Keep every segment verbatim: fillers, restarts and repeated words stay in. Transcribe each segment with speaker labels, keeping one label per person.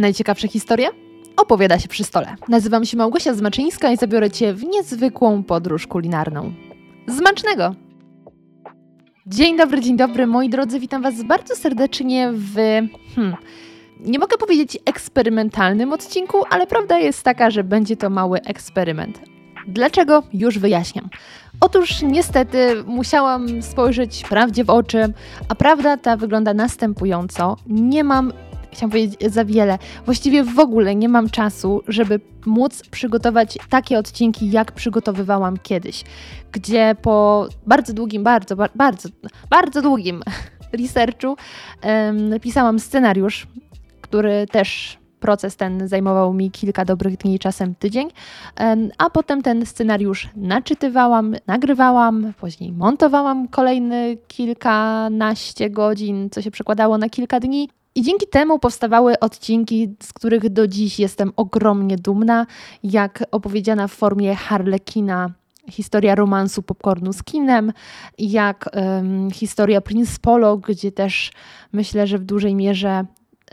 Speaker 1: Najciekawsze historie opowiada się przy stole. Nazywam się Małgosia Zmaczyńska i zabiorę Cię w niezwykłą podróż kulinarną. Smacznego! Dzień dobry, dzień dobry, moi drodzy. Witam Was bardzo serdecznie w... Hmm, nie mogę powiedzieć eksperymentalnym odcinku, ale prawda jest taka, że będzie to mały eksperyment. Dlaczego? Już wyjaśniam. Otóż niestety musiałam spojrzeć prawdzie w oczy, a prawda ta wygląda następująco. Nie mam, chciałam powiedzieć za wiele, właściwie w ogóle nie mam czasu, żeby móc przygotować takie odcinki, jak przygotowywałam kiedyś, gdzie po bardzo długim, bardzo, bardzo, bardzo długim researchu um, napisałam scenariusz, który też... Proces ten zajmował mi kilka dobrych dni, czasem tydzień, a potem ten scenariusz naczytywałam, nagrywałam, później montowałam kolejny kilkanaście godzin, co się przekładało na kilka dni. I dzięki temu powstawały odcinki, z których do dziś jestem ogromnie dumna, jak opowiedziana w formie Harlekina historia romansu popcornu z kinem, jak um, historia Prince Polo, gdzie też myślę, że w dużej mierze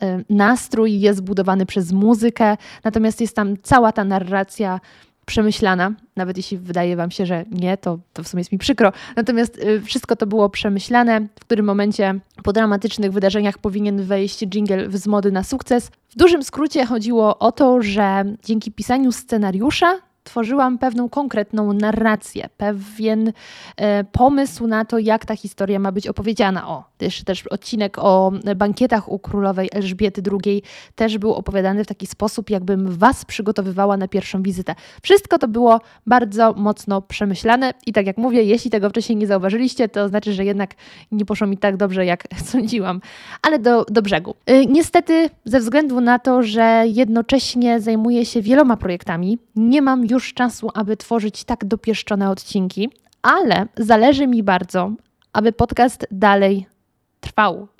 Speaker 1: nastrój jest zbudowany przez muzykę, natomiast jest tam cała ta narracja przemyślana, nawet jeśli wydaje Wam się, że nie, to, to w sumie jest mi przykro. Natomiast wszystko to było przemyślane, w którym momencie po dramatycznych wydarzeniach powinien wejść dżingiel z mody na sukces. W dużym skrócie chodziło o to, że dzięki pisaniu scenariusza tworzyłam pewną konkretną narrację, pewien e, pomysł na to, jak ta historia ma być opowiedziana. O, też, też odcinek o bankietach u królowej Elżbiety drugiej też był opowiadany w taki sposób, jakbym Was przygotowywała na pierwszą wizytę. Wszystko to było bardzo mocno przemyślane i tak jak mówię, jeśli tego wcześniej nie zauważyliście, to znaczy, że jednak nie poszło mi tak dobrze, jak sądziłam, ale do, do brzegu. E, niestety, ze względu na to, że jednocześnie zajmuję się wieloma projektami, nie mam już już czasu, aby tworzyć tak dopieszczone odcinki, ale zależy mi bardzo, aby podcast dalej trwał.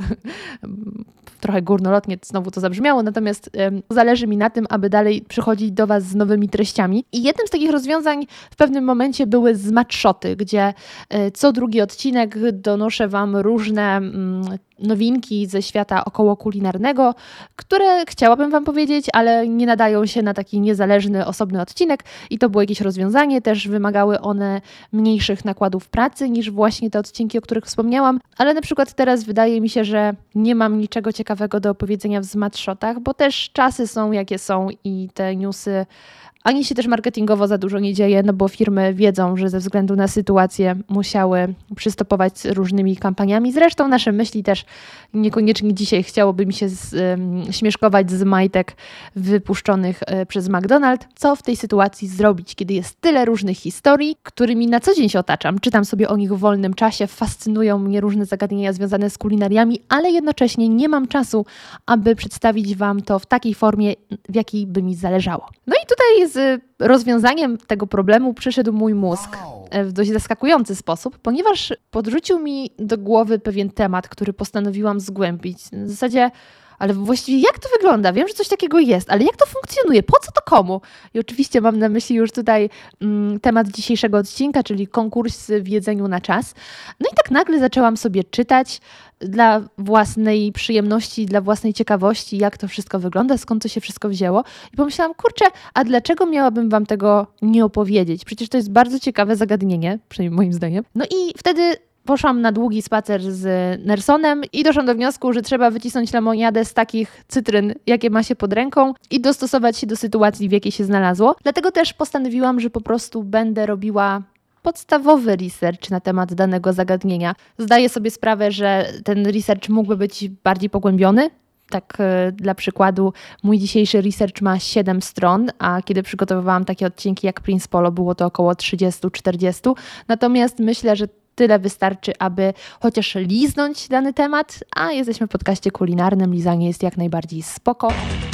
Speaker 1: Trochę górnolotnie znowu to zabrzmiało, natomiast um, zależy mi na tym, aby dalej przychodzić do Was z nowymi treściami. I jednym z takich rozwiązań w pewnym momencie były smaczshoty, gdzie y, co drugi odcinek donoszę Wam różne y, nowinki ze świata około kulinarnego, które chciałabym Wam powiedzieć, ale nie nadają się na taki niezależny, osobny odcinek i to było jakieś rozwiązanie. Też wymagały one mniejszych nakładów pracy niż właśnie te odcinki, o których wspomniałam, ale na przykład teraz wydaje mi się, że nie mam niczego ciekawego do opowiedzenia w smaczshotach, bo też czasy są jakie są i te newsy ani się też marketingowo za dużo nie dzieje, no bo firmy wiedzą, że ze względu na sytuację musiały przystopować z różnymi kampaniami. Zresztą nasze myśli też niekoniecznie dzisiaj chciałoby mi się z, um, śmieszkować z majtek wypuszczonych y, przez McDonald's. Co w tej sytuacji zrobić, kiedy jest tyle różnych historii, którymi na co dzień się otaczam. Czytam sobie o nich w wolnym czasie, fascynują mnie różne zagadnienia związane z kulinariami, ale jednocześnie nie mam czasu, aby przedstawić Wam to w takiej formie, w jakiej by mi zależało. No i tutaj z rozwiązaniem tego problemu przyszedł mój mózg w dość zaskakujący sposób, ponieważ podrzucił mi do głowy pewien temat, który postanowiłam zgłębić. W zasadzie, ale właściwie jak to wygląda? Wiem, że coś takiego jest, ale jak to funkcjonuje? Po co to komu? I oczywiście mam na myśli już tutaj mm, temat dzisiejszego odcinka, czyli konkurs w jedzeniu na czas. No i tak nagle zaczęłam sobie czytać dla własnej przyjemności, dla własnej ciekawości, jak to wszystko wygląda, skąd to się wszystko wzięło. I pomyślałam, kurczę, a dlaczego miałabym Wam tego nie opowiedzieć? Przecież to jest bardzo ciekawe zagadnienie, przynajmniej moim zdaniem. No i wtedy poszłam na długi spacer z Nersonem i doszłam do wniosku, że trzeba wycisnąć lemoniadę z takich cytryn, jakie ma się pod ręką i dostosować się do sytuacji, w jakiej się znalazło. Dlatego też postanowiłam, że po prostu będę robiła podstawowy research na temat danego zagadnienia. Zdaję sobie sprawę, że ten research mógłby być bardziej pogłębiony. Tak yy, dla przykładu mój dzisiejszy research ma siedem stron, a kiedy przygotowywałam takie odcinki jak Prince Polo, było to około trzydzieści czterdzieści. Natomiast myślę, że tyle wystarczy, aby chociaż liznąć dany temat, a jesteśmy w podcaście kulinarnym, lizanie jest jak najbardziej spoko.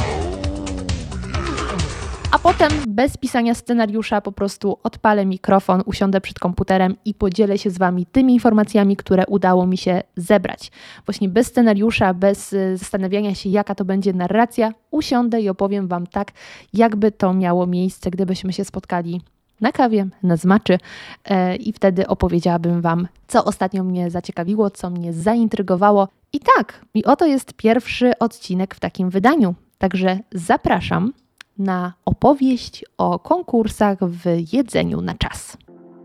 Speaker 1: A potem bez pisania scenariusza po prostu odpalę mikrofon, usiądę przed komputerem i podzielę się z Wami tymi informacjami, które udało mi się zebrać. Właśnie bez scenariusza, bez zastanawiania się, jaka to będzie narracja, usiądę i opowiem Wam tak, jakby to miało miejsce, gdybyśmy się spotkali na kawie, na zmaczy e, i wtedy opowiedziałabym Wam, co ostatnio mnie zaciekawiło, co mnie zaintrygowało. I tak, i oto jest pierwszy odcinek w takim wydaniu. Także zapraszam na opowieść o konkursach w jedzeniu na czas.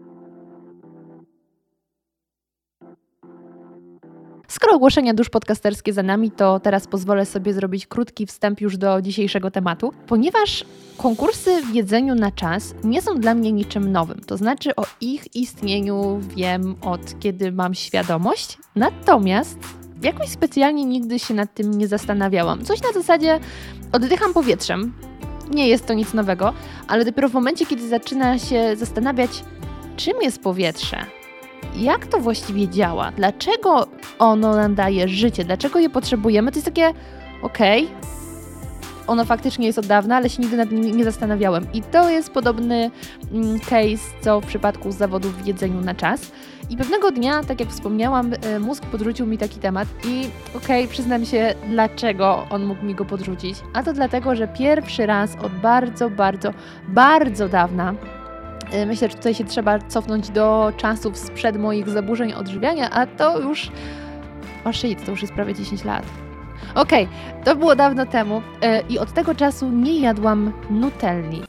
Speaker 1: Skoro ogłoszenia dusz podcasterskie za nami, to teraz pozwolę sobie zrobić krótki wstęp już do dzisiejszego tematu, ponieważ konkursy w jedzeniu na czas nie są dla mnie niczym nowym. To znaczy o ich istnieniu wiem od kiedy mam świadomość, natomiast jakoś specjalnie nigdy się nad tym nie zastanawiałam. Coś na zasadzie oddycham powietrzem, nie jest to nic nowego, ale dopiero w momencie, kiedy zaczyna się zastanawiać, czym jest powietrze, jak to właściwie działa, dlaczego ono nam daje życie, dlaczego je potrzebujemy, to jest takie okej, okay, ono faktycznie jest od dawna, ale się nigdy nad nim nie zastanawiałem. I to jest podobny case, co w przypadku zawodów w jedzeniu na czas. I pewnego dnia, tak jak wspomniałam, mózg podrzucił mi taki temat i okej, okay, przyznam się, dlaczego on mógł mi go podrzucić. A to dlatego, że pierwszy raz od bardzo, bardzo, bardzo dawna, myślę, że tutaj się trzeba cofnąć do czasów sprzed moich zaburzeń odżywiania, a to już, o shit, to już jest prawie dziesięć lat. Okej, okay, to było dawno temu yy, i od tego czasu nie jadłam nutelli.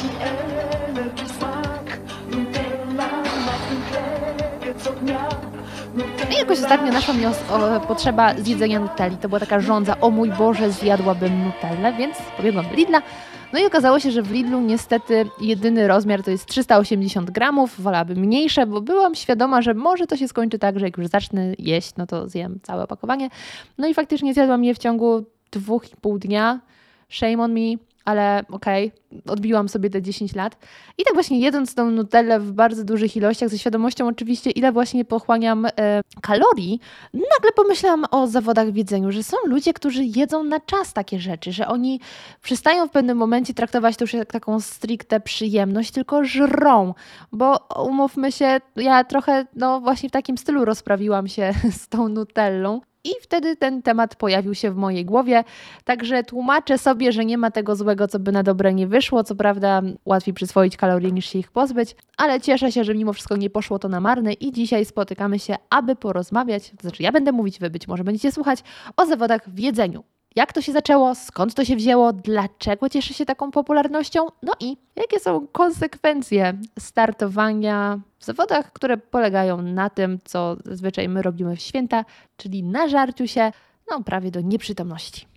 Speaker 1: No i jakoś ostatnio naszła mi o, o, potrzeba zjedzenia nutelli. To była taka żądza, o mój Boże, zjadłabym nutellę, więc pobiegłam do Lidla. No i okazało się, że w Lidlu niestety jedyny rozmiar to jest trzysta osiemdziesiąt gramów, wolałabym mniejsze, bo byłam świadoma, że może to się skończy tak, że jak już zacznę jeść, no to zjem całe opakowanie. No i faktycznie zjadłam je w ciągu dwóch i pół dnia. Shame on me, ale okej, okay, odbiłam sobie te dziesięć lat. I tak właśnie jedząc tą nutellę w bardzo dużych ilościach, ze świadomością oczywiście, ile właśnie pochłaniam e, kalorii, nagle pomyślałam o zawodach w jedzeniu, że są ludzie, którzy jedzą na czas takie rzeczy, że oni przestają w pewnym momencie traktować to już jak taką stricte przyjemność, tylko żrą, bo umówmy się, ja trochę no właśnie w takim stylu rozprawiłam się z tą nutellą. I wtedy ten temat pojawił się w mojej głowie, także tłumaczę sobie, że nie ma tego złego, co by na dobre nie wyszło. Co prawda łatwiej przyswoić kalorie niż się ich pozbyć, ale cieszę się, że mimo wszystko nie poszło to na marne i dzisiaj spotykamy się, aby porozmawiać, to znaczy ja będę mówić, wy być może będziecie słuchać, o zawodach w jedzeniu. Jak to się zaczęło, skąd to się wzięło, dlaczego cieszy się taką popularnością, no i jakie są konsekwencje startowania w zawodach, które polegają na tym, co zazwyczaj my robimy w święta, czyli na żarciu się, no prawie do nieprzytomności.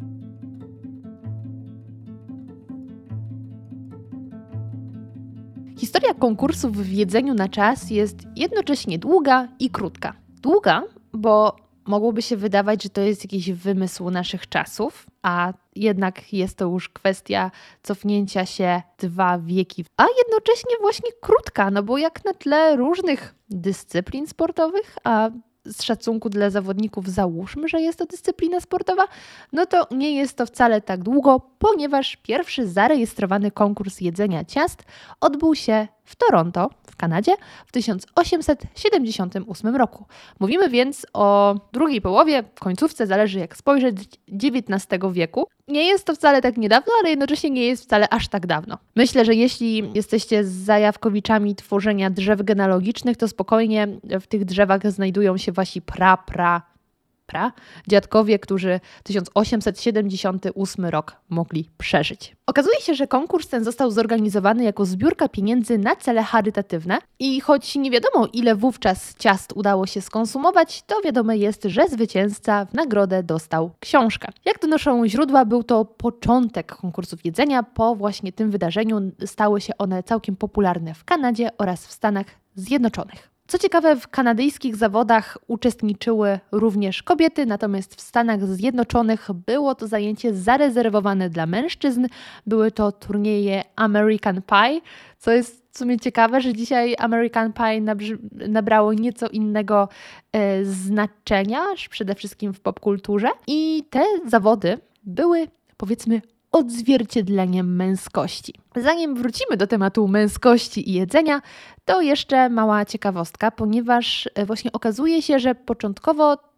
Speaker 1: Historia konkursów w jedzeniu na czas jest jednocześnie długa i krótka. Długa, bo mogłoby się wydawać, że to jest jakiś wymysł naszych czasów, a jednak jest to już kwestia cofnięcia się dwa wieki, a jednocześnie właśnie krótka, no bo jak na tle różnych dyscyplin sportowych, a z szacunku dla zawodników załóżmy, że jest to dyscyplina sportowa, no to nie jest to wcale tak długo, ponieważ pierwszy zarejestrowany konkurs jedzenia ciast odbył się w Toronto, w Kanadzie, w tysiąc osiemset siedemdziesiątym ósmym roku. Mówimy więc o drugiej połowie, końcówce, zależy jak spojrzeć, dziewiętnastego wieku. Nie jest to wcale tak niedawno, ale jednocześnie nie jest wcale aż tak dawno. Myślę, że jeśli jesteście zajawkowiczami tworzenia drzew genealogicznych, to spokojnie w tych drzewach znajdują się wasi pra, pra, pra dziadkowie, którzy tysiąc osiemset siedemdziesiąty ósmy rok mogli przeżyć. Okazuje się, że konkurs ten został zorganizowany jako zbiórka pieniędzy na cele charytatywne i choć nie wiadomo, ile wówczas ciast udało się skonsumować, to wiadome jest, że zwycięzca w nagrodę dostał książkę. Jak donoszą źródła, był to początek konkursów jedzenia. Po właśnie tym wydarzeniu stały się one całkiem popularne w Kanadzie oraz w Stanach Zjednoczonych. Co ciekawe, w kanadyjskich zawodach uczestniczyły również kobiety, natomiast w Stanach Zjednoczonych było to zajęcie zarezerwowane dla mężczyzn. Były to turnieje American Pie, co jest w sumie ciekawe, że dzisiaj American Pie nabrzy- nabrało nieco innego e, znaczenia, przede wszystkim w popkulturze. I te zawody były, powiedzmy, odzwierciedleniem męskości. Zanim wrócimy do tematu męskości i jedzenia, to jeszcze mała ciekawostka, ponieważ właśnie okazuje się, że początkowo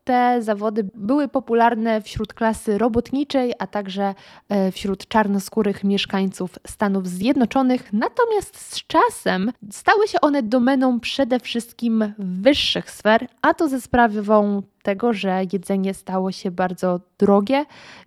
Speaker 1: te zawody były popularne wśród klasy robotniczej, a także wśród czarnoskórych mieszkańców Stanów Zjednoczonych. Natomiast z czasem stały się one domeną przede wszystkim wyższych sfer, a to ze sprawą tego, że jedzenie stało się bardzo drogie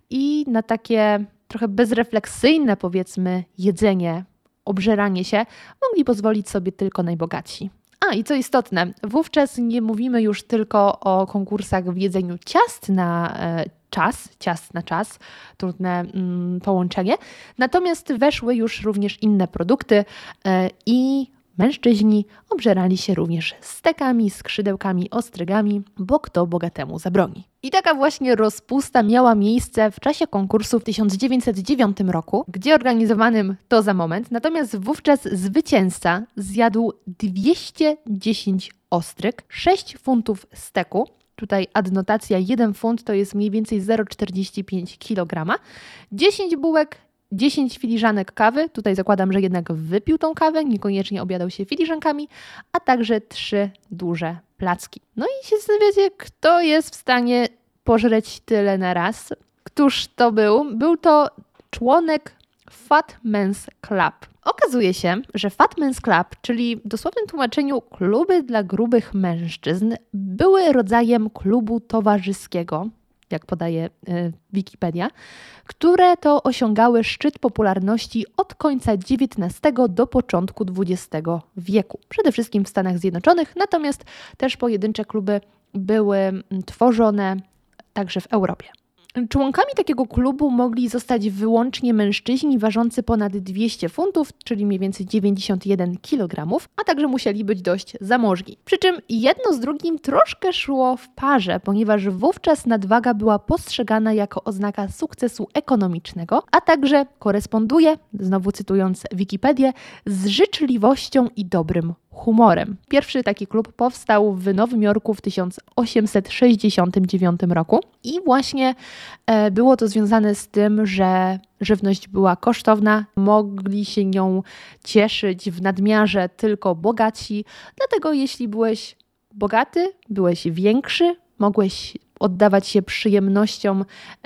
Speaker 1: i na takie trochę bezrefleksyjne, powiedzmy, jedzenie, obżeranie się mogli pozwolić sobie tylko najbogatsi. A i co istotne, wówczas nie mówimy już tylko o konkursach w jedzeniu ciast na e, czas, ciast na czas, trudne mm, połączenie, natomiast weszły już również inne produkty e, i mężczyźni obżerali się również stekami, skrzydełkami, ostrygami, bo kto bogatemu zabroni. I taka właśnie rozpusta miała miejsce w czasie konkursu w tysiąc dziewięćset dziewiątym roku, gdzie organizowanym to za moment, natomiast wówczas zwycięzca zjadł dwieście dziesięć ostryg, sześć funtów steku, tutaj adnotacja jeden funt to jest mniej więcej zero przecinek czterdzieści pięć kilograma, dziesięć bułek, dziesięć filiżanek kawy, tutaj zakładam, że jednak wypił tą kawę, niekoniecznie obiadał się filiżankami, a także trzy duże placki. No i się zastanawiacie, kto jest w stanie pożreć tyle na raz? Któż to był? Był to członek Fat Men's Club. Okazuje się, że Fat Men's Club, czyli w dosłownym tłumaczeniu kluby dla grubych mężczyzn, były rodzajem klubu towarzyskiego, jak podaje y, Wikipedia, które to osiągały szczyt popularności od końca dziewiętnastego do początku dwudziestego wieku. Przede wszystkim w Stanach Zjednoczonych, natomiast też pojedyncze kluby były tworzone także w Europie. Członkami takiego klubu mogli zostać wyłącznie mężczyźni ważący ponad dwieście funtów, czyli mniej więcej dziewięćdziesiąt jeden kilogramów, a także musieli być dość zamożni. Przy czym jedno z drugim troszkę szło w parze, ponieważ wówczas nadwaga była postrzegana jako oznaka sukcesu ekonomicznego, a także koresponduje, znowu cytując Wikipedię, z życzliwością i dobrym humorem. Pierwszy taki klub powstał w Nowym Jorku w tysiąc osiemset sześćdziesiątym dziewiątym roku i właśnie e, było to związane z tym, że żywność była kosztowna, mogli się nią cieszyć w nadmiarze tylko bogaci, dlatego jeśli byłeś bogaty, byłeś większy, mogłeś oddawać się przyjemnościom,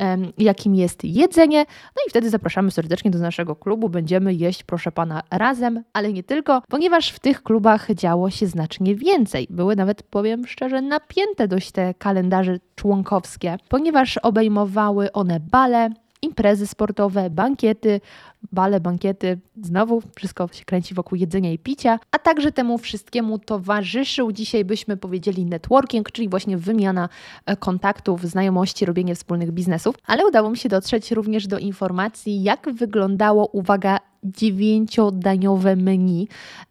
Speaker 1: jakim jest jedzenie. No i wtedy zapraszamy serdecznie do naszego klubu. Będziemy jeść, proszę pana, razem, ale nie tylko, ponieważ w tych klubach działo się znacznie więcej. Były nawet, powiem szczerze, napięte dość te kalendarze członkowskie, ponieważ obejmowały one bale, imprezy sportowe, bankiety, bale, bankiety, znowu wszystko się kręci wokół jedzenia i picia, a także temu wszystkiemu towarzyszył, dzisiaj byśmy powiedzieli networking, czyli właśnie wymiana kontaktów, znajomości, robienie wspólnych biznesów, ale udało mi się dotrzeć również do informacji, jak wyglądało, uwaga, dziewięciodaniowe menu,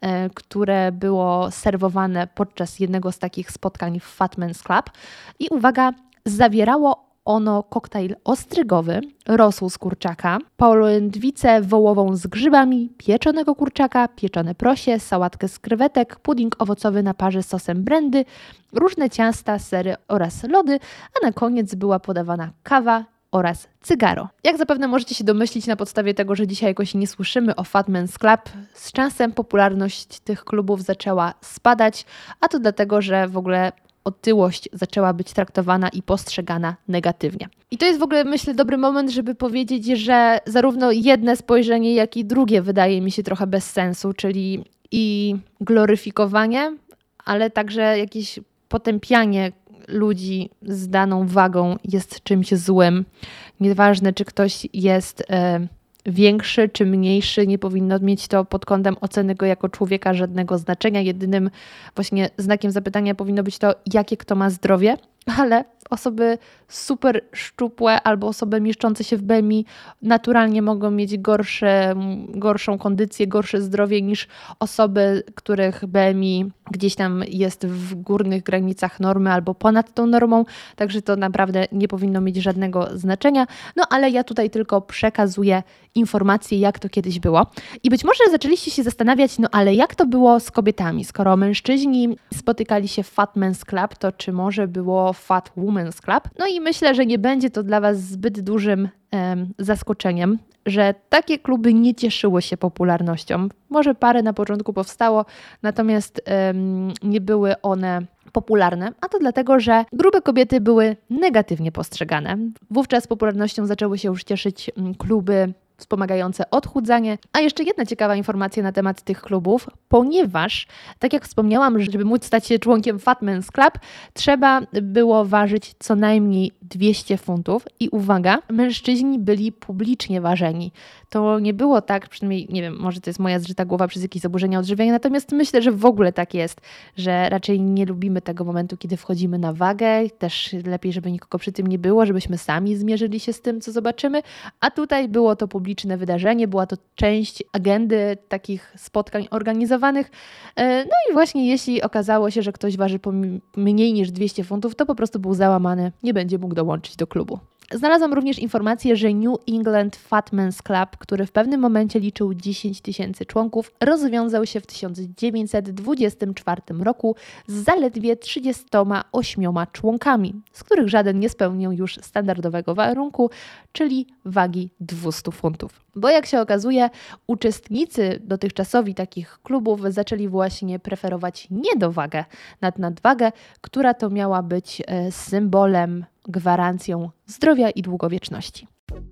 Speaker 1: które było serwowane podczas jednego z takich spotkań w Fat Men's Club i uwaga, zawierało ono koktajl ostrygowy, rosół z kurczaka, polędwicę wołową z grzybami, pieczonego kurczaka, pieczone prosie, sałatkę z krewetek, pudding owocowy na parze z sosem brandy, różne ciasta, sery oraz lody, a na koniec była podawana kawa oraz cygaro. Jak zapewne możecie się domyślić na podstawie tego, że dzisiaj jakoś nie słyszymy o Fat Men's Club, z czasem popularność tych klubów zaczęła spadać, a to dlatego, że w ogóle otyłość zaczęła być traktowana i postrzegana negatywnie. I to jest w ogóle, myślę, dobry moment, żeby powiedzieć, że zarówno jedne spojrzenie, jak i drugie wydaje mi się trochę bez sensu, czyli i gloryfikowanie, ale także jakieś potępianie ludzi z daną wagą jest czymś złym. Nieważne, czy ktoś jest e, większy czy mniejszy, nie powinno mieć to pod kątem oceny go jako człowieka żadnego znaczenia. Jedynym właśnie znakiem zapytania powinno być to, jakie kto ma zdrowie, ale osoby super szczupłe albo osoby mieszczące się w B M I naturalnie mogą mieć gorsze, gorszą kondycję, gorsze zdrowie niż osoby, których B M I gdzieś tam jest w górnych granicach normy albo ponad tą normą, także to naprawdę nie powinno mieć żadnego znaczenia. No ale ja tutaj tylko przekazuję informacje, jak to kiedyś było. I być może zaczęliście się zastanawiać, no ale jak to było z kobietami? Skoro mężczyźni spotykali się w Fat Men's Club, to czy może było Fat Women's Club. No i myślę, że nie będzie to dla Was zbyt dużym em, zaskoczeniem, że takie kluby nie cieszyły się popularnością. Może parę na początku powstało, natomiast em, nie były one popularne, a to dlatego, że grube kobiety były negatywnie postrzegane. Wówczas popularnością zaczęły się już cieszyć mm, kluby wspomagające odchudzanie. A jeszcze jedna ciekawa informacja na temat tych klubów, ponieważ, tak jak wspomniałam, żeby móc stać się członkiem Fat Men's Club, trzeba było ważyć co najmniej dwieście funtów i uwaga, mężczyźni byli publicznie ważeni. To nie było tak, przynajmniej, nie wiem, może to jest moja zżyta głowa przez jakieś zaburzenia odżywiania, natomiast myślę, że w ogóle tak jest, że raczej nie lubimy tego momentu, kiedy wchodzimy na wagę, też lepiej, żeby nikogo przy tym nie było, żebyśmy sami zmierzyli się z tym, co zobaczymy, a tutaj było to publiczne wydarzenie, była to część agendy takich spotkań organizowanych. No i właśnie jeśli okazało się, że ktoś waży mniej niż dwieście funtów, to po prostu był załamany, nie będzie mógł dołączyć do klubu. Znalazłam również informację, że New England Fat Men's Club, który w pewnym momencie liczył dziesięć tysięcy członków, rozwiązał się w tysiąc dziewięćset dwudziestym czwartym roku z zaledwie trzydziestoma ośmioma członkami, z których żaden nie spełnił już standardowego warunku, czyli wagi dwieście funtów. Bo jak się okazuje, uczestnicy dotychczasowi takich klubów zaczęli właśnie preferować niedowagę nad nadwagę, która to miała być symbolem, gwarancją zdrowia i długowieczności.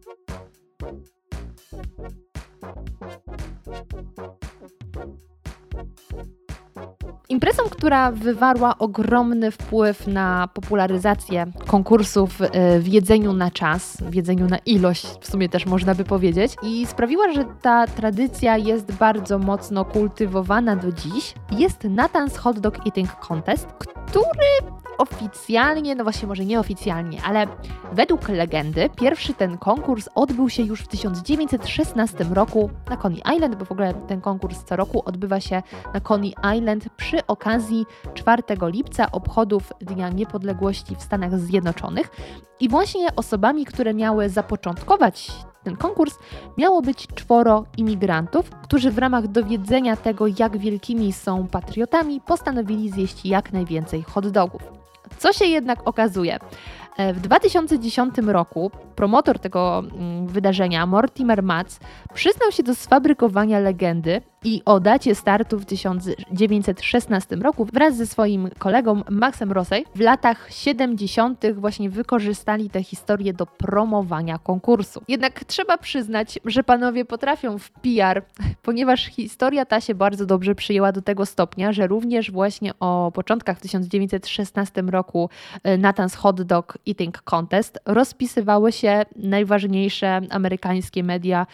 Speaker 1: Imprezą, która wywarła ogromny wpływ na popularyzację konkursów w jedzeniu na czas, w jedzeniu na ilość, w sumie też można by powiedzieć, i sprawiła, że ta tradycja jest bardzo mocno kultywowana do dziś, jest Nathan's Hot Dog Eating Contest, który oficjalnie, no właśnie może nieoficjalnie, ale według legendy pierwszy ten konkurs odbył się już w tysiąc dziewięćset szesnastym roku na Coney Island, bo w ogóle ten konkurs co roku odbywa się na Coney Island przy okazji czwartego lipca, obchodów Dnia Niepodległości w Stanach Zjednoczonych. I właśnie osobami, które miały zapoczątkować ten konkurs, miało być czworo imigrantów, którzy w ramach dowiedzenia tego, jak wielkimi są patriotami, postanowili zjeść jak najwięcej hot dogów. Co się jednak okazuje? W dwa tysiące dziesiątym roku promotor tego wydarzenia, Mortimer Matz, przyznał się do sfabrykowania legendy i o dacie startu w tysiąc dziewięćset szesnastym roku wraz ze swoim kolegą Maxem Rossey w latach siedemdziesiątych właśnie wykorzystali tę historię do promowania konkursu. Jednak trzeba przyznać, że panowie potrafią w P R, ponieważ historia ta się bardzo dobrze przyjęła do tego stopnia, że również właśnie o początkach w tysiąc dziewięćset szesnastym roku Nathan's Hot Dog Eating Contest rozpisywały się najważniejsze amerykańskie media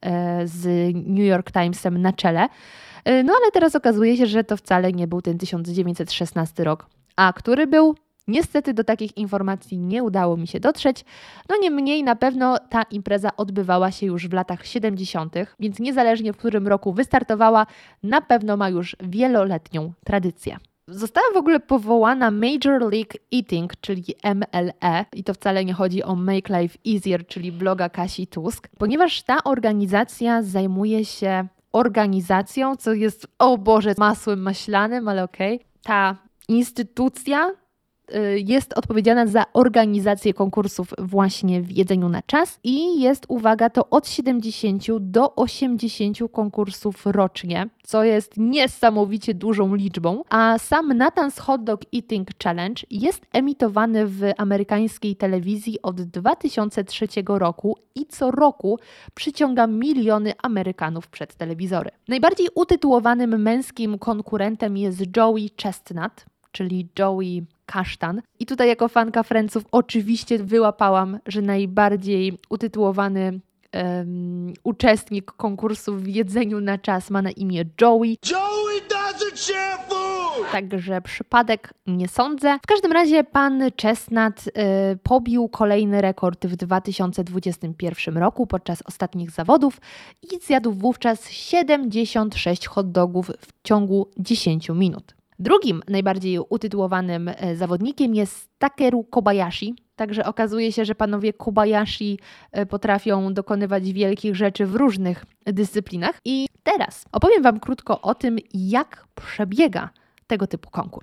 Speaker 1: z New York Timesem na czele. No ale teraz okazuje się, że to wcale nie był ten tysiąc dziewięćset szesnasty rok. A który był? Niestety do takich informacji nie udało mi się dotrzeć. No niemniej na pewno ta impreza odbywała się już w latach siedemdziesiątych, więc niezależnie w którym roku wystartowała, na pewno ma już wieloletnią tradycję. Została w ogóle powołana Major League Eating, czyli M L E, i to wcale nie chodzi o Make Life Easier, czyli bloga Kasi Tusk, ponieważ ta organizacja zajmuje się organizacją, co jest, o Boże, masłem maślanym, ale okej. Okay. Ta instytucja jest odpowiedzialna za organizację konkursów właśnie w jedzeniu na czas i jest, uwaga, to od siedemdziesięciu do osiemdziesięciu konkursów rocznie, co jest niesamowicie dużą liczbą, a sam Nathan's Hot Dog Eating Challenge jest emitowany w amerykańskiej telewizji od dwa tysiące trzeciego roku i co roku przyciąga miliony Amerykanów przed telewizory. Najbardziej utytułowanym męskim konkurentem jest Joey Chestnut, czyli Joey Kasztan. I tutaj jako fanka Friendsów oczywiście wyłapałam, że najbardziej utytułowany um, uczestnik konkursu w jedzeniu na czas ma na imię Joey. Joey doesn't share food! Także przypadek nie sądzę. W każdym razie pan Chestnut y, pobił kolejny rekord w dwa tysiące dwudziestym pierwszym roku podczas ostatnich zawodów i zjadł wówczas siedemdziesiąt sześć hot dogów w ciągu dziesięciu minut. Drugim najbardziej utytułowanym zawodnikiem jest Takeru Kobayashi, także okazuje się, że panowie Kobayashi potrafią dokonywać wielkich rzeczy w różnych dyscyplinach. I teraz opowiem Wam krótko o tym, jak przebiega tego typu konkurs.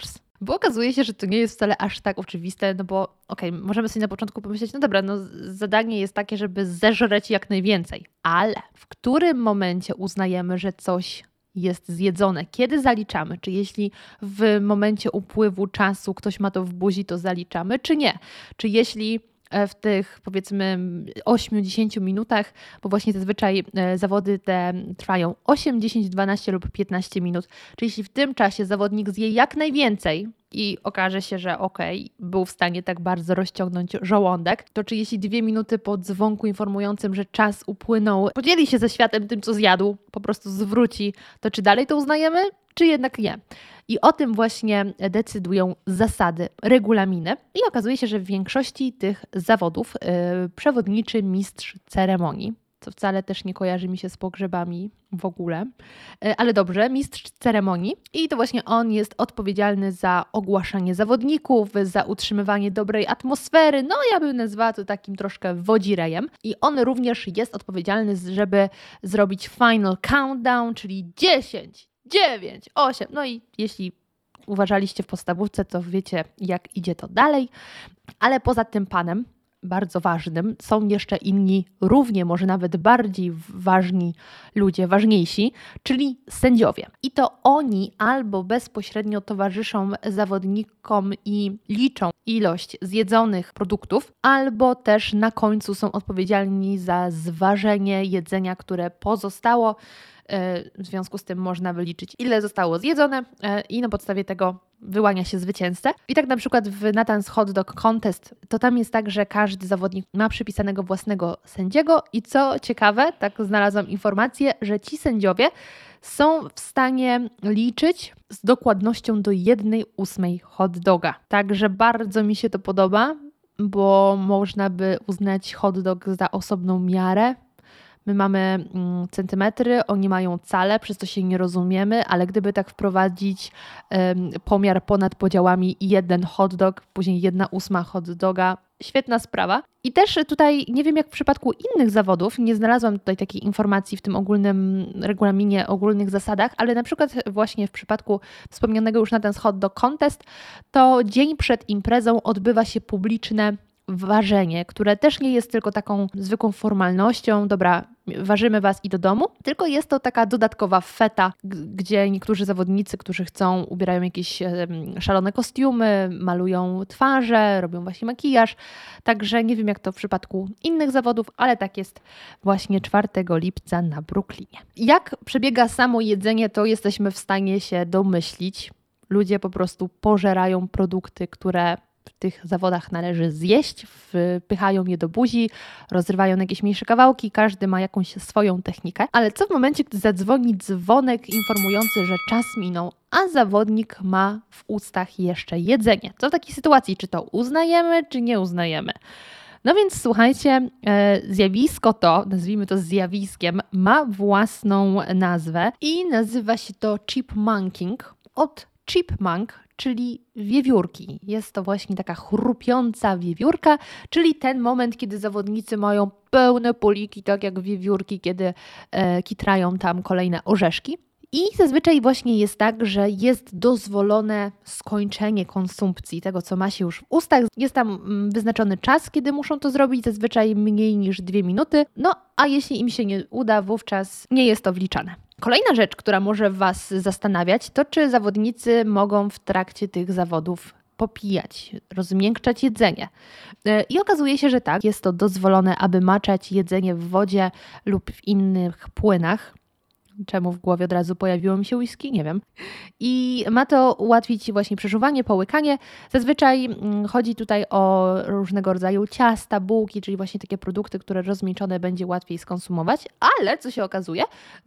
Speaker 1: Bo okazuje się, że to nie jest wcale aż tak oczywiste, no bo okej, okay, możemy sobie na początku pomyśleć, no dobra, no zadanie jest takie, żeby zeżreć jak najwięcej, ale w którym momencie uznajemy, że coś jest zjedzone? Kiedy zaliczamy? Czy jeśli w momencie upływu czasu ktoś ma to w buzi, to zaliczamy, czy nie? Czy jeśli w tych powiedzmy osiem do dziesięciu minutach, bo właśnie zazwyczaj zawody te trwają osiem, dziesięć, dwanaście lub piętnaście minut, czyli jeśli w tym czasie zawodnik zje jak najwięcej i okaże się, że okej, okay, był w stanie tak bardzo rozciągnąć żołądek, to czy jeśli dwie minuty po dzwonku informującym, że czas upłynął, podzieli się ze światem tym, co zjadł, po prostu zwróci, to czy dalej to uznajemy, czy jednak nie? I o tym właśnie decydują zasady, regulaminy. I okazuje się, że w większości tych zawodów yy, przewodniczy mistrz ceremonii, co wcale też nie kojarzy mi się z pogrzebami w ogóle, yy, ale dobrze, mistrz ceremonii. I to właśnie on jest odpowiedzialny za ogłaszanie zawodników, za utrzymywanie dobrej atmosfery. No ja bym nazwała to takim troszkę wodzirejem. I on również jest odpowiedzialny, żeby zrobić final countdown, czyli dziesięć, dziewięć, osiem, no i jeśli uważaliście w podstawówce, to wiecie, jak idzie to dalej. Ale poza tym panem, bardzo ważnym, są jeszcze inni, równie, może nawet bardziej ważni ludzie, ważniejsi, czyli sędziowie. I to oni albo bezpośrednio towarzyszą zawodnikom i liczą ilość zjedzonych produktów, albo też na końcu są odpowiedzialni za zważenie jedzenia, które pozostało. W związku z tym można wyliczyć, ile zostało zjedzone i na podstawie tego wyłania się zwycięzcę. I tak na przykład w Nathan's Hot Dog Contest to tam jest tak, że każdy zawodnik ma przypisanego własnego sędziego i co ciekawe, tak znalazłam informację, że ci sędziowie są w stanie liczyć z dokładnością do jednej ósmej hot doga. Także bardzo mi się to podoba, bo można by uznać hot dog za osobną miarę. My mamy mm, centymetry, oni mają cale, przez to się nie rozumiemy, ale gdyby tak wprowadzić um, pomiar ponad podziałami jeden hot dog, później jedna ósma hot doga, świetna sprawa. I też tutaj, nie wiem jak w przypadku innych zawodów, nie znalazłam tutaj takiej informacji w tym ogólnym regulaminie, ogólnych zasadach, ale na przykład właśnie w przypadku wspomnianego już Nathan's Hot Dog Contest, to dzień przed imprezą odbywa się publiczne ważenie, które też nie jest tylko taką zwykłą formalnością, dobra, ważymy Was i do domu, tylko jest to taka dodatkowa feta, g- gdzie niektórzy zawodnicy, którzy chcą, ubierają jakieś e, szalone kostiumy, malują twarze, robią właśnie makijaż, także nie wiem jak to w przypadku innych zawodów, ale tak jest właśnie czwartego lipca na Brooklynie. Jak przebiega samo jedzenie, to jesteśmy w stanie się domyślić. Ludzie po prostu pożerają produkty, które w tych zawodach należy zjeść, wpychają je do buzi, rozrywają na jakieś mniejsze kawałki, każdy ma jakąś swoją technikę, ale co w momencie, gdy zadzwoni dzwonek informujący, że czas minął, a zawodnik ma w ustach jeszcze jedzenie? Co w takiej sytuacji? Czy to uznajemy, czy nie uznajemy? No więc słuchajcie, zjawisko to, nazwijmy to zjawiskiem, ma własną nazwę i nazywa się to chipmunking od chipmunk, czyli wiewiórki. Jest to właśnie taka chrupiąca wiewiórka, czyli ten moment, kiedy zawodnicy mają pełne poliki, tak jak wiewiórki, kiedy e, kitrają tam kolejne orzeszki. I zazwyczaj właśnie jest tak, że jest dozwolone skończenie konsumpcji tego, co ma się już w ustach. Jest tam wyznaczony czas, kiedy muszą to zrobić, zazwyczaj mniej niż dwie minuty. No, a jeśli im się nie uda, wówczas nie jest to wliczane. Kolejna rzecz, która może Was zastanawiać, to czy zawodnicy mogą w trakcie tych zawodów popijać, rozmiękczać jedzenie. I okazuje się, że tak, jest to dozwolone, aby maczać jedzenie w wodzie lub w innych płynach. Czemu w głowie od razu pojawiło mi się whisky? Nie wiem. I ma to ułatwić właśnie przeżuwanie, połykanie. Zazwyczaj chodzi tutaj o różnego rodzaju ciasta, bułki, czyli właśnie takie produkty, które rozmięczone będzie łatwiej skonsumować, ale co się okazuje,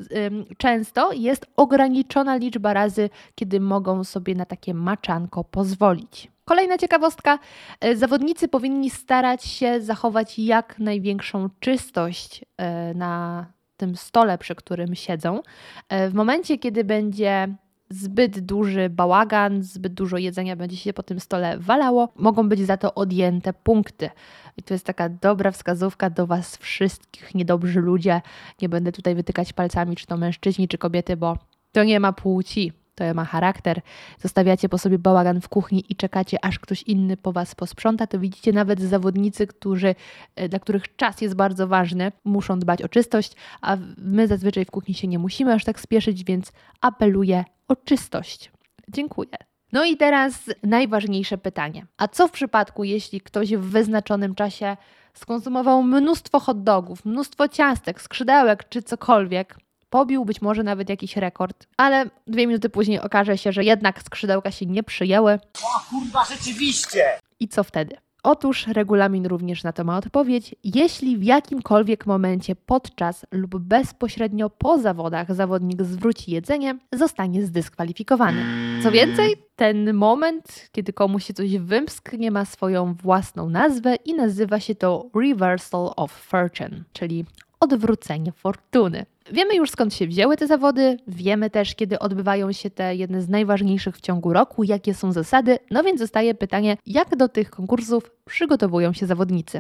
Speaker 1: często jest ograniczona liczba razy, kiedy mogą sobie na takie maczanko pozwolić. Kolejna ciekawostka. Zawodnicy powinni starać się zachować jak największą czystość na tym stole, przy którym siedzą. W momencie, kiedy będzie zbyt duży bałagan, zbyt dużo jedzenia będzie się po tym stole walało, mogą być za to odjęte punkty. I to jest taka dobra wskazówka do Was wszystkich, niedobrzy ludzie. Nie będę tutaj wytykać palcami, czy to mężczyźni, czy kobiety, bo to nie ma płci. to ma charakter, zostawiacie po sobie bałagan w kuchni i czekacie, aż ktoś inny po was posprząta, to widzicie, nawet zawodnicy, którzy, dla których czas jest bardzo ważny, muszą dbać o czystość, a my zazwyczaj w kuchni się nie musimy aż tak spieszyć, więc apeluję o czystość. Dziękuję. No i teraz najważniejsze pytanie. A co w przypadku, jeśli ktoś w wyznaczonym czasie skonsumował mnóstwo hot dogów, mnóstwo ciastek, skrzydełek czy cokolwiek, pobił być może nawet jakiś rekord, ale dwie minuty później okaże się, że jednak skrzydełka się nie przyjęły.
Speaker 2: O kurwa, rzeczywiście!
Speaker 1: I co wtedy? Otóż regulamin również na to ma odpowiedź. Jeśli w jakimkolwiek momencie podczas lub bezpośrednio po zawodach zawodnik zwróci jedzenie, zostanie zdyskwalifikowany. Co więcej, ten moment, kiedy komuś się coś wymsknie, ma swoją własną nazwę i nazywa się to Reversal of Fortune, czyli odwrócenie fortuny. Wiemy już, skąd się wzięły te zawody, wiemy też, kiedy odbywają się te jedne z najważniejszych w ciągu roku, jakie są zasady, no więc zostaje pytanie, jak do tych konkursów przygotowują się zawodnicy.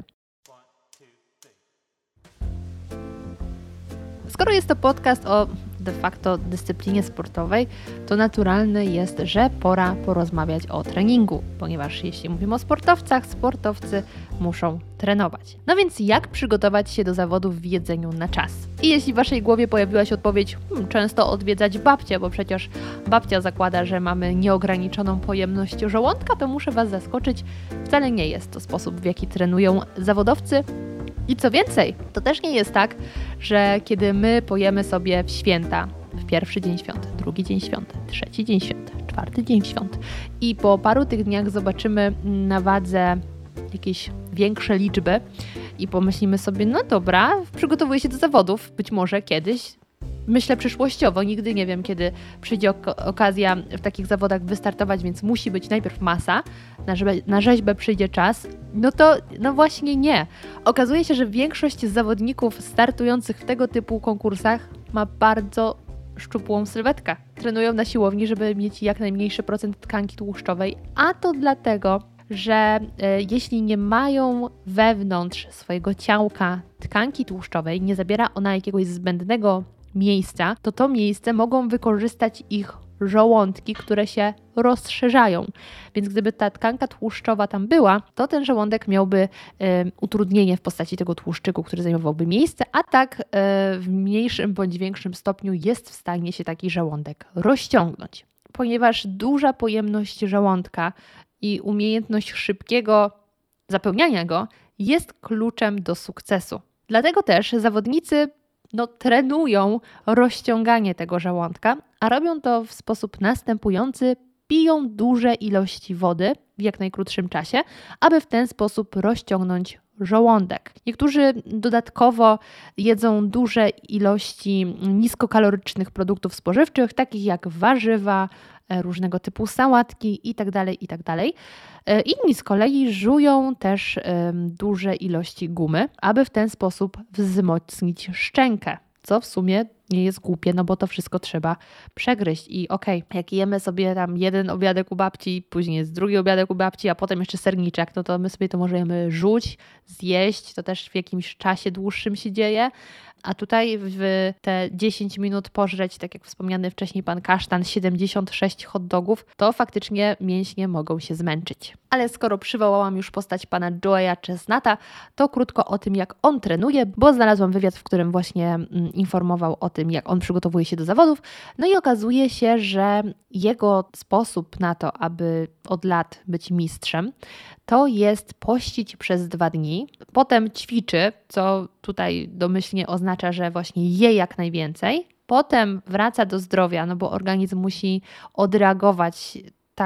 Speaker 1: Skoro jest to podcast o de facto dyscyplinie sportowej, to naturalne jest, że pora porozmawiać o treningu, ponieważ jeśli mówimy o sportowcach, sportowcy muszą trenować. No więc jak przygotować się do zawodów w jedzeniu na czas? I jeśli w waszej głowie pojawiła się odpowiedź, hmm, często odwiedzać babcię, bo przecież babcia zakłada, że mamy nieograniczoną pojemność żołądka, to muszę was zaskoczyć, wcale nie jest to sposób, w jaki trenują zawodowcy. I co więcej, to też nie jest tak, że kiedy my pojemy sobie w święta, w pierwszy dzień świąt, drugi dzień świąt, trzeci dzień świąt, czwarty dzień świąt i po paru tych dniach zobaczymy na wadze jakieś większe liczby i pomyślimy sobie, no dobra, przygotowuję się do zawodów, być może kiedyś, myślę przyszłościowo, nigdy nie wiem, kiedy przyjdzie ok- okazja w takich zawodach wystartować, więc musi być najpierw masa, na, rzeźbę, na rzeźbę przyjdzie czas, no to no właśnie nie. Okazuje się, że większość zawodników startujących w tego typu konkursach ma bardzo szczupłą sylwetkę. Trenują na siłowni, żeby mieć jak najmniejszy procent tkanki tłuszczowej, a to dlatego, że e, jeśli nie mają wewnątrz swojego ciałka tkanki tłuszczowej, nie zabiera ona jakiegoś zbędnego miejsca, to to miejsce mogą wykorzystać ich żołądki, które się rozszerzają. Więc gdyby ta tkanka tłuszczowa tam była, to ten żołądek miałby y, utrudnienie w postaci tego tłuszczyku, który zajmowałby miejsce, a tak y, w mniejszym bądź większym stopniu jest w stanie się taki żołądek rozciągnąć. Ponieważ duża pojemność żołądka i umiejętność szybkiego zapełniania go jest kluczem do sukcesu. Dlatego też zawodnicy no, trenują rozciąganie tego żołądka, a robią to w sposób następujący. Piją duże ilości wody w jak najkrótszym czasie, aby w ten sposób rozciągnąć żołądek. Niektórzy dodatkowo jedzą duże ilości niskokalorycznych produktów spożywczych, takich jak warzywa, różnego typu sałatki itd., itd. Inni z kolei żują też duże ilości gumy, aby w ten sposób wzmocnić szczękę, co w sumie nie jest głupie, no bo to wszystko trzeba przegryźć. I okej, okay, jak jemy sobie tam jeden obiadek u babci, później jest drugi obiadek u babci, a potem jeszcze serniczek, no to my sobie to możemy żuć, zjeść, to też w jakimś czasie dłuższym się dzieje. A tutaj w te dziesięć minut pożreć, tak jak wspomniany wcześniej pan Kasztan, siedemdziesiąt sześć hot dogów, to faktycznie mięśnie mogą się zmęczyć. Ale skoro przywołałam już postać pana Joeya Chestnuta, to krótko o tym, jak on trenuje, bo znalazłam wywiad, w którym właśnie mm, informował o tym, jak on przygotowuje się do zawodów. No i okazuje się, że jego sposób na to, aby od lat być mistrzem, to jest pościć przez dwa dni, potem ćwiczy, co tutaj domyślnie oznacza, że właśnie je jak najwięcej, potem wraca do zdrowia, no bo organizm musi odreagować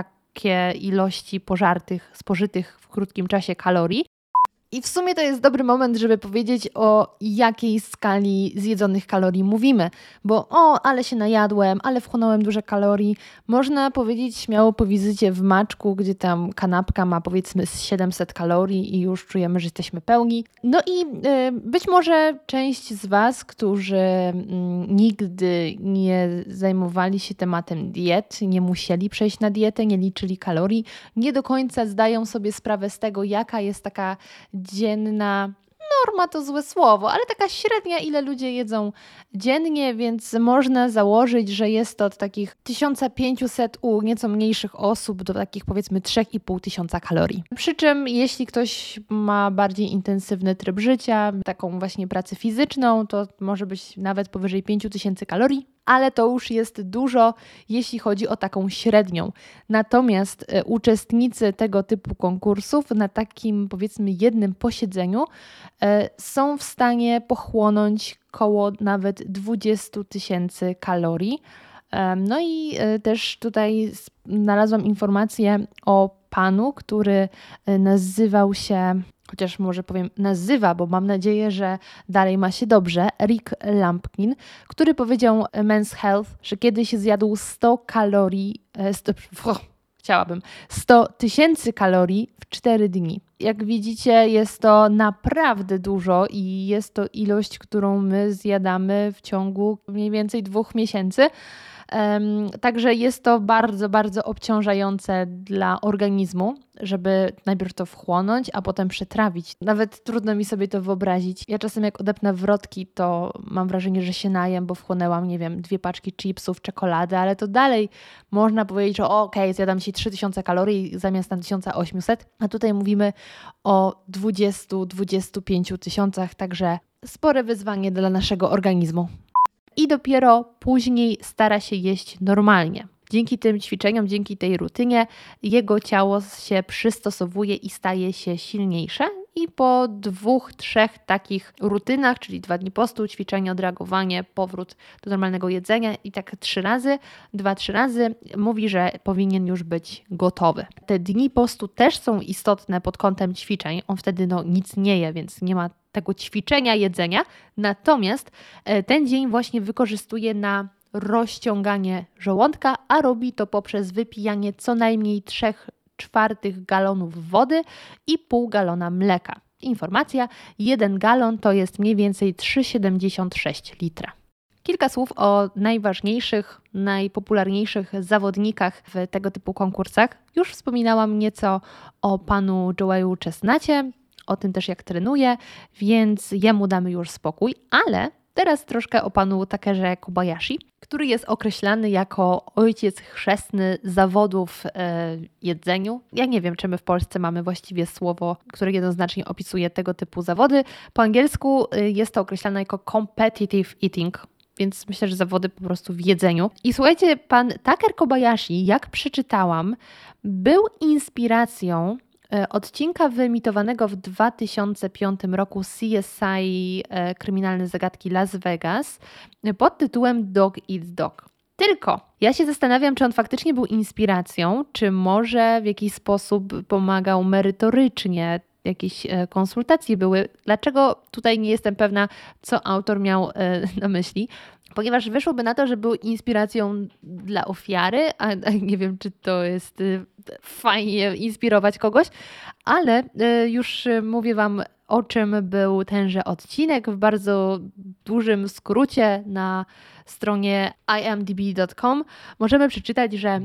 Speaker 1: takie ilości pożartych, spożytych w krótkim czasie kalorii. I w sumie to jest dobry moment, żeby powiedzieć, o jakiej skali zjedzonych kalorii mówimy. Bo o, ale się najadłem, ale wchłonąłem dużo kalorii. Można powiedzieć śmiało po wizycie w Maczku, gdzie tam kanapka ma powiedzmy siedemset kalorii i już czujemy, że jesteśmy pełni. No i y, być może część z Was, którzy y, nigdy nie zajmowali się tematem diet, nie musieli przejść na dietę, nie liczyli kalorii, nie do końca zdają sobie sprawę z tego, jaka jest taka dzienna, norma to złe słowo, ale taka średnia, ile ludzie jedzą dziennie, więc można założyć, że jest to od takich tysiąc pięćset u nieco mniejszych osób do takich powiedzmy trzy i pół tysiąca kalorii. Przy czym jeśli ktoś ma bardziej intensywny tryb życia, taką właśnie pracę fizyczną, to może być nawet powyżej pięć tysięcy kalorii, ale to już jest dużo, jeśli chodzi o taką średnią. Natomiast e, uczestnicy tego typu konkursów na takim powiedzmy jednym posiedzeniu e, są w stanie pochłonąć koło nawet dwadzieścia tysięcy kalorii. E, no i e, też tutaj znalazłam informację o panu, który e, nazywał się... chociaż może powiem nazywa, bo mam nadzieję, że dalej ma się dobrze, Rick Lampkin, który powiedział Men's Health, że kiedyś zjadł sto kalorii, sto, oh, chciałabym, sto tysięcy kalorii w cztery dni. Jak widzicie, jest to naprawdę dużo i jest to ilość, którą my zjadamy w ciągu mniej więcej dwóch miesięcy. Um, także jest to bardzo, bardzo obciążające dla organizmu, żeby najpierw to wchłonąć, a potem przetrawić. Nawet trudno mi sobie to wyobrazić. Ja czasem jak odepnę wrotki, to mam wrażenie, że się najem, bo wchłonęłam, nie wiem, dwie paczki chipsów, czekolady, ale to dalej można powiedzieć, że okej, okay, zjadam dzisiaj trzy tysiące kalorii zamiast na tysiąc osiemset, a tutaj mówimy o dwudziestu do dwudziestu pięciu tysiącach, także spore wyzwanie dla naszego organizmu. I dopiero później stara się jeść normalnie. Dzięki tym ćwiczeniom, dzięki tej rutynie jego ciało się przystosowuje i staje się silniejsze i po dwóch, trzech takich rutynach, czyli dwa dni postu, ćwiczenie, odreagowanie, powrót do normalnego jedzenia i tak trzy razy, dwa, trzy razy mówi, że powinien już być gotowy. Te dni postu też są istotne pod kątem ćwiczeń. On wtedy no, nic nie je, więc nie ma tego ćwiczenia jedzenia. Natomiast ten dzień właśnie wykorzystuje na rozciąganie żołądka, a robi to poprzez wypijanie co najmniej trzech czwartych galonów wody i pół galona mleka. Informacja, jeden galon to jest mniej więcej trzy przecinek siedemdziesiąt sześć litra. Kilka słów o najważniejszych, najpopularniejszych zawodnikach w tego typu konkursach. Już wspominałam nieco o panu Joe'u Chestnucie, o tym też jak trenuje, więc jemu damy już spokój, ale teraz troszkę o panu Takerze Kobayashi, który jest określany jako ojciec chrzestny zawodów e, jedzeniu. Ja nie wiem, czy my w Polsce mamy właściwie słowo, które jednoznacznie opisuje tego typu zawody. Po angielsku e, jest to określane jako competitive eating, więc myślę, że zawody po prostu w jedzeniu. I słuchajcie, pan Taker Kobayashi, jak przeczytałam, był inspiracją odcinka wyemitowanego w dwa tysiące piątym roku C S I e, Kryminalne Zagadki Las Vegas pod tytułem Dog Eats Dog. Tylko ja się zastanawiam, czy on faktycznie był inspiracją, czy może w jakiś sposób pomagał merytorycznie, jakieś e, konsultacje były. Dlaczego tutaj nie jestem pewna, co autor miał e, na myśli? Ponieważ wyszłoby na to, że był inspiracją dla ofiary, a, a nie wiem, czy to jest y, fajnie inspirować kogoś, ale y, już y, mówię Wam, o czym był tenże odcinek w bardzo dużym skrócie na stronie i m d b kropka com. Możemy przeczytać, że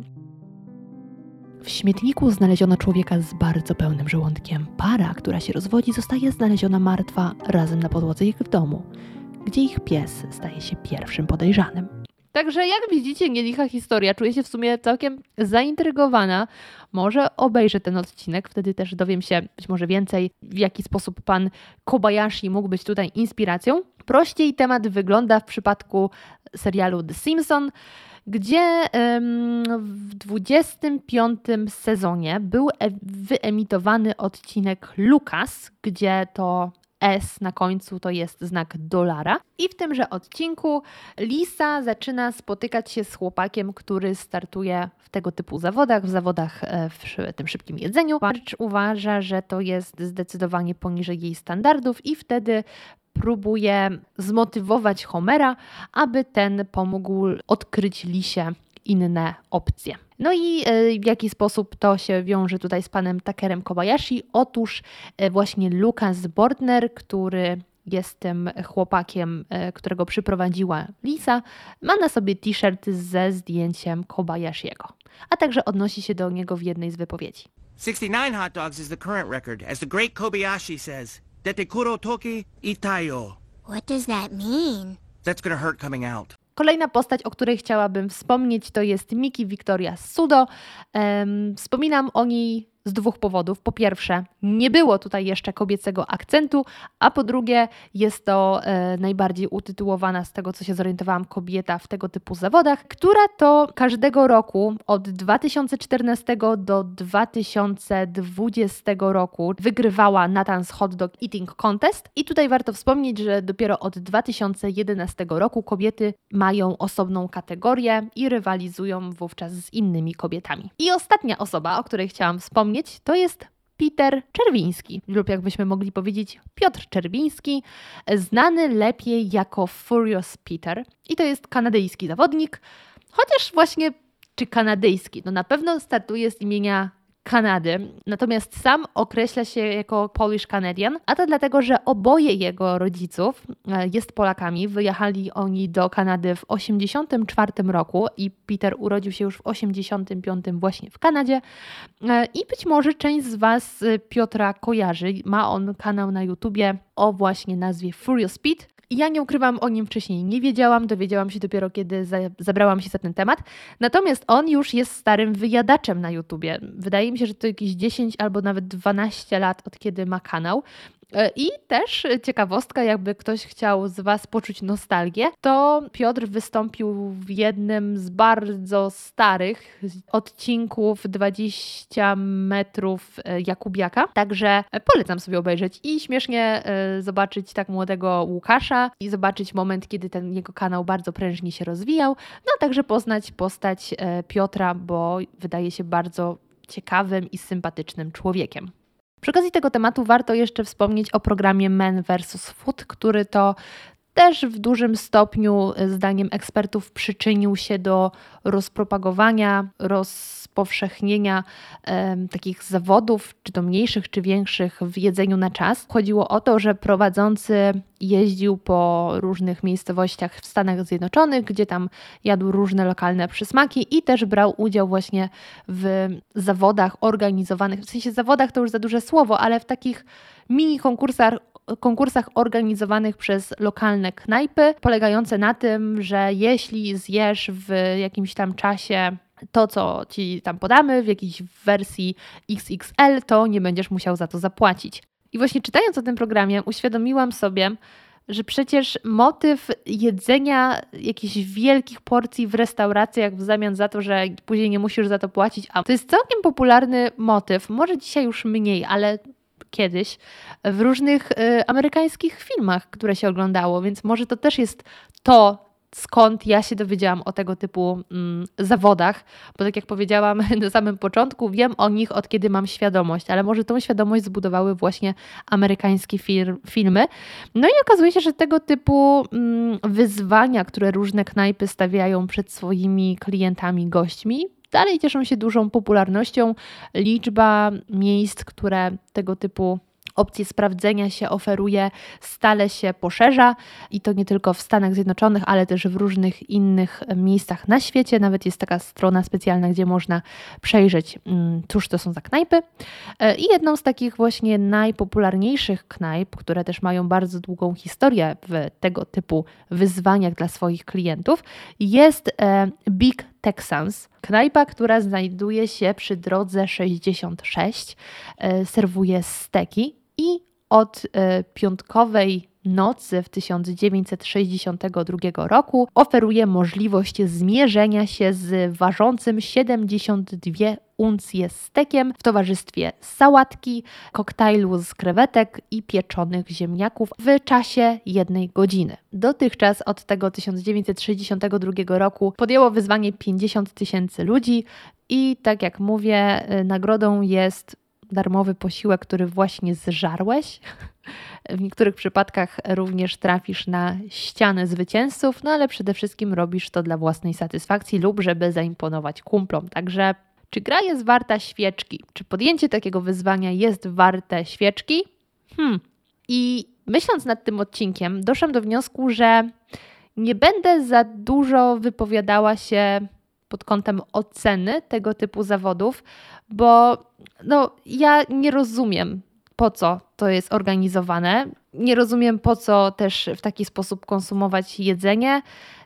Speaker 1: w śmietniku znaleziono człowieka z bardzo pełnym żołądkiem. Para, która się rozwodzi, zostaje znaleziona martwa razem na podłodze ich w domu, gdzie ich pies staje się pierwszym podejrzanym. Także jak widzicie, nie licha historia. Czuję się w sumie całkiem zaintrygowana. Może obejrzę ten odcinek, wtedy też dowiem się być może więcej, w jaki sposób pan Kobayashi mógł być tutaj inspiracją. Prościej temat wygląda w przypadku serialu The Simpsons, gdzie ym, w dwudziestym piątym sezonie był e- wyemitowany odcinek Lucas, gdzie to S na końcu to jest znak dolara. I w tymże odcinku Lisa zaczyna spotykać się z chłopakiem, który startuje w tego typu zawodach, w zawodach w tym szybkim jedzeniu. Marge uważa, że to jest zdecydowanie poniżej jej standardów i wtedy próbuje zmotywować Homera, aby ten pomógł odkryć Lisie inne opcje. No i w jaki sposób to się wiąże tutaj z panem Takerem Kobayashi? Otóż właśnie Lucas Bordner, który jest tym chłopakiem, którego przyprowadziła Lisa, ma na sobie t-shirt ze zdjęciem Kobayashiego, a także odnosi się do niego w jednej z wypowiedzi.
Speaker 3: sixty-nine hot dogs is the current record, as the great Kobayashi says. Detekuro toki itayo.
Speaker 4: What does that mean?
Speaker 3: That's gonna hurt coming out.
Speaker 1: Kolejna postać, o której chciałabym wspomnieć, to jest Miki Victoria Sudo. Um, wspominam o niej z dwóch powodów. Po pierwsze, nie było tutaj jeszcze kobiecego akcentu, a po drugie, jest to e, najbardziej utytułowana, z tego co się zorientowałam, kobieta w tego typu zawodach, która to każdego roku od dwa tysiące czternastego do dwa tysiące dwudziestego roku wygrywała Nathan's Hot Dog Eating Contest. I tutaj warto wspomnieć, że dopiero od dwa tysiące jedenastego roku kobiety mają osobną kategorię i rywalizują wówczas z innymi kobietami. I ostatnia osoba, o której chciałam wspomnieć, to jest Peter Czerwiński, lub jakbyśmy mogli powiedzieć Piotr Czerwiński, znany lepiej jako Furious Peter. I to jest kanadyjski zawodnik, chociaż właśnie, czy kanadyjski, no na pewno startuje z imienia Kanady, natomiast sam określa się jako Polish Canadian, a to dlatego, że oboje jego rodziców jest Polakami. Wyjechali oni do Kanady w osiemdziesiątym czwartym roku i Peter urodził się już w osiemdziesiątym piątym właśnie w Kanadzie. I być może część z Was Piotra kojarzy. Ma on kanał na YouTubie o właśnie nazwie Furious Pete. Ja nie ukrywam, o nim wcześniej nie wiedziałam, dowiedziałam się dopiero, kiedy za, zabrałam się za ten temat. Natomiast on już jest starym wyjadaczem na YouTubie. Wydaje mi się, że to jakieś dziesięć albo nawet dwanaście lat, od kiedy ma kanał. I też ciekawostka, jakby ktoś chciał z Was poczuć nostalgię, to Piotr wystąpił w jednym z bardzo starych odcinków dwadzieścia metrów Jakubiaka, także polecam sobie obejrzeć i śmiesznie zobaczyć tak młodego Łukasza i zobaczyć moment, kiedy ten jego kanał bardzo prężnie się rozwijał, no a także poznać postać Piotra, bo wydaje się bardzo ciekawym i sympatycznym człowiekiem. Przy okazji tego tematu warto jeszcze wspomnieć o programie Men versus. Food, który to też w dużym stopniu, zdaniem ekspertów, przyczynił się do rozpropagowania, rozpowszechnienia e, takich zawodów, czy to mniejszych, czy większych, w jedzeniu na czas. Chodziło o to, że prowadzący jeździł po różnych miejscowościach w Stanach Zjednoczonych, gdzie tam jadł różne lokalne przysmaki i też brał udział właśnie w zawodach organizowanych, w sensie zawodach to już za duże słowo, ale w takich mini konkursach, konkursach organizowanych przez lokalne knajpy, polegające na tym, że jeśli zjesz w jakimś tam czasie to, co Ci tam podamy w jakiejś wersji X X L, to nie będziesz musiał za to zapłacić. I właśnie czytając o tym programie uświadomiłam sobie, że przecież motyw jedzenia jakichś wielkich porcji w restauracjach w zamian za to, że później nie musisz za to płacić, a to jest całkiem popularny motyw, może dzisiaj już mniej, ale kiedyś w różnych y, amerykańskich filmach, które się oglądało, więc może to też jest to, skąd ja się dowiedziałam o tego typu mm, zawodach, bo tak jak powiedziałam na samym początku, wiem o nich od kiedy mam świadomość, ale może tą świadomość zbudowały właśnie amerykańskie fir- filmy. No i okazuje się, że tego typu mm, wyzwania, które różne knajpy stawiają przed swoimi klientami, gośćmi, dalej cieszą się dużą popularnością. Liczba miejsc, które tego typu opcje sprawdzenia się oferuje, stale się poszerza i to nie tylko w Stanach Zjednoczonych, ale też w różnych innych miejscach na świecie. Nawet jest taka strona specjalna, gdzie można przejrzeć, cóż to są za knajpy. I jedną z takich właśnie najpopularniejszych knajp, które też mają bardzo długą historię w tego typu wyzwaniach dla swoich klientów, jest Big Texans. Knajpa, która znajduje się przy drodze sześćdziesiąt sześć, serwuje steki i od piątkowej nocy w tysiąc dziewięćset sześćdziesiątego drugiego roku oferuje możliwość zmierzenia się z ważącym siedemdziesiąt dwie uncje stekiem w towarzystwie sałatki, koktajlu z krewetek i pieczonych ziemniaków w czasie jednej godziny. Dotychczas od tego tysiąc dziewięćset sześćdziesiątego drugiego roku podjęło wyzwanie pięćdziesiąt tysięcy ludzi i tak jak mówię, nagrodą jest darmowy posiłek, który właśnie zżarłeś. W niektórych przypadkach również trafisz na ścianę zwycięzców, no ale przede wszystkim robisz to dla własnej satysfakcji lub żeby zaimponować kumplom. Także czy gra jest warta świeczki? Czy podjęcie takiego wyzwania jest warte świeczki? Hmm. I myśląc nad tym odcinkiem, doszłam do wniosku, że nie będę za dużo wypowiadała się pod kątem oceny tego typu zawodów, bo no, ja nie rozumiem po co to jest organizowane. Nie rozumiem, po co też w taki sposób konsumować jedzenie.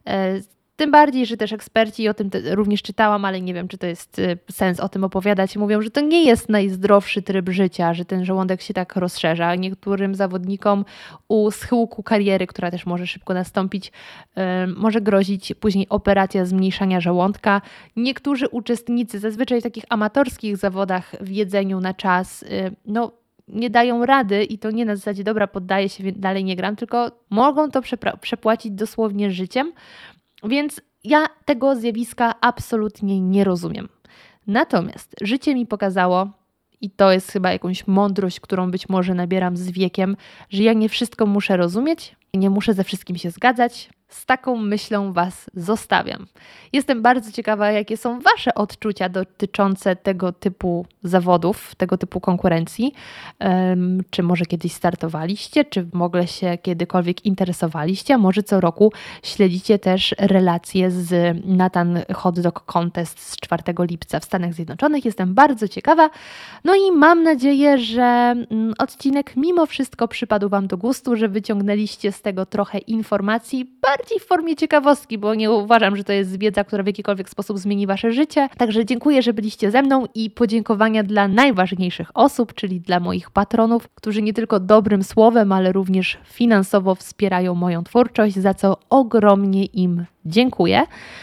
Speaker 1: Tym bardziej, że też eksperci, o tym te, również czytałam, ale nie wiem, czy to jest y, sens o tym opowiadać, mówią, że to nie jest najzdrowszy tryb życia, że ten żołądek się tak rozszerza. Niektórym zawodnikom u schyłku kariery, która też może szybko nastąpić, y, może grozić później operacja zmniejszania żołądka. Niektórzy uczestnicy, zazwyczaj w takich amatorskich zawodach w jedzeniu na czas, y, no nie dają rady i to nie na zasadzie, dobra, poddaję się, dalej nie gram, tylko mogą to przepra- przepłacić dosłownie życiem. Więc ja tego zjawiska absolutnie nie rozumiem. Natomiast życie mi pokazało, i to jest chyba jakąś mądrość, którą być może nabieram z wiekiem, że ja nie wszystko muszę rozumieć, nie muszę ze wszystkim się zgadzać. Z taką myślą Was zostawiam. Jestem bardzo ciekawa, jakie są Wasze odczucia dotyczące tego typu zawodów, tego typu konkurencji. Um, czy może kiedyś startowaliście, czy w ogóle się kiedykolwiek interesowaliście, a może co roku śledzicie też relacje z Nathan Hot Dog Contest z czwartego lipca w Stanach Zjednoczonych. Jestem bardzo ciekawa. No i mam nadzieję, że odcinek mimo wszystko przypadł Wam do gustu, że wyciągnęliście z tego trochę informacji, bardziej w formie ciekawostki, bo nie uważam, że to jest wiedza, która w jakikolwiek sposób zmieni Wasze życie. Także dziękuję, że byliście ze mną i podziękowania dla najważniejszych osób, czyli dla moich patronów, którzy nie tylko dobrym słowem, ale również finansowo wspierają moją twórczość, za co ogromnie im dziękuję.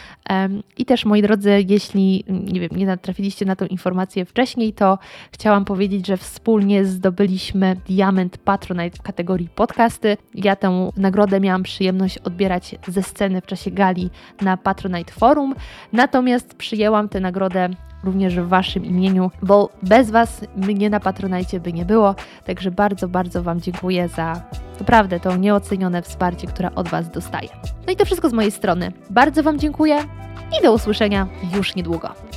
Speaker 1: I też, moi drodzy, jeśli nie wiem, nie natrafiliście na tę informację wcześniej, to chciałam powiedzieć, że wspólnie zdobyliśmy Diament Patronite w kategorii podcasty. Ja tę nagrodę miałam przyjemność odbierać ze sceny w czasie gali na Patronite Forum, natomiast przyjęłam tę nagrodę również w Waszym imieniu, bo bez Was mnie na Patronite by nie było, także bardzo, bardzo Wam dziękuję za naprawdę to nieocenione wsparcie, które od Was dostaję. No i to wszystko z mojej strony. Bardzo Wam dziękuję i do usłyszenia już niedługo.